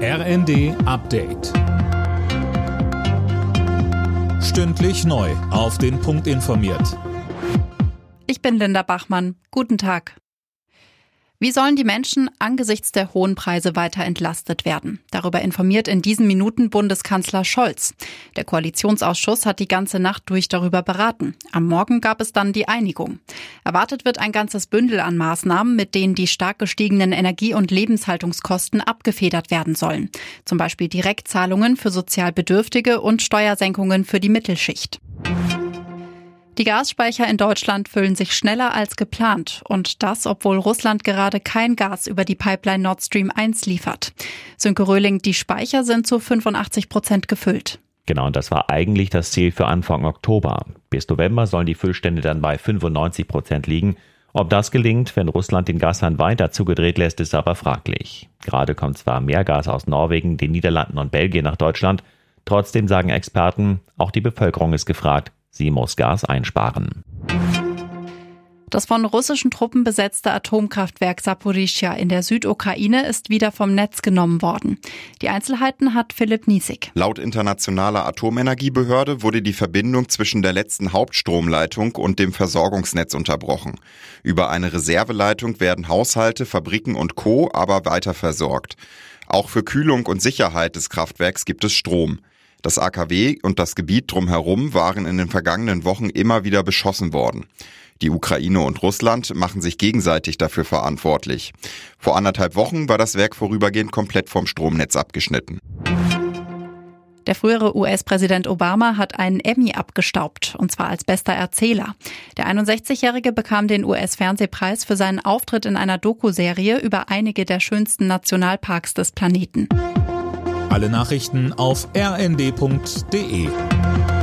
RND Update. Stündlich neu auf den Punkt informiert. Ich bin Linda Bachmann. Guten Tag. Wie sollen die Menschen angesichts der hohen Preise weiter entlastet werden? Darüber informiert in diesen Minuten Bundeskanzler Scholz. Der Koalitionsausschuss hat die ganze Nacht durch darüber beraten. Am Morgen gab es dann die Einigung. Erwartet wird ein ganzes Bündel an Maßnahmen, mit denen die stark gestiegenen Energie- und Lebenshaltungskosten abgefedert werden sollen. Zum Beispiel Direktzahlungen für sozial Bedürftige und Steuersenkungen für die Mittelschicht. Die Gasspeicher in Deutschland füllen sich schneller als geplant. Und das, obwohl Russland gerade kein Gas über die Pipeline Nord Stream 1 liefert. Sönke Röhling, die Speicher sind zu 85% gefüllt. Genau, und das war eigentlich das Ziel für Anfang Oktober. Bis November sollen die Füllstände dann bei 95% liegen. Ob das gelingt, wenn Russland den Gashahn weiter zugedreht lässt, ist aber fraglich. Gerade kommt zwar mehr Gas aus Norwegen, den Niederlanden und Belgien nach Deutschland. Trotzdem sagen Experten, auch die Bevölkerung ist gefragt. Sie muss Gas einsparen. Das von russischen Truppen besetzte Atomkraftwerk Saporischschja in der Südukraine ist wieder vom Netz genommen worden. Die Einzelheiten hat Philipp Niesig. Laut internationaler Atomenergiebehörde wurde die Verbindung zwischen der letzten Hauptstromleitung und dem Versorgungsnetz unterbrochen. Über eine Reserveleitung werden Haushalte, Fabriken und Co. aber weiter versorgt. Auch für Kühlung und Sicherheit des Kraftwerks gibt es Strom. Das AKW und das Gebiet drumherum waren in den vergangenen Wochen immer wieder beschossen worden. Die Ukraine und Russland machen sich gegenseitig dafür verantwortlich. Vor 1,5 Wochen war das Werk vorübergehend komplett vom Stromnetz abgeschnitten. Der frühere US-Präsident Obama hat einen Emmy abgestaubt, und zwar als bester Erzähler. Der 61-Jährige bekam den US-Fernsehpreis für seinen Auftritt in einer Doku-Serie über einige der schönsten Nationalparks des Planeten. Alle Nachrichten auf rnd.de.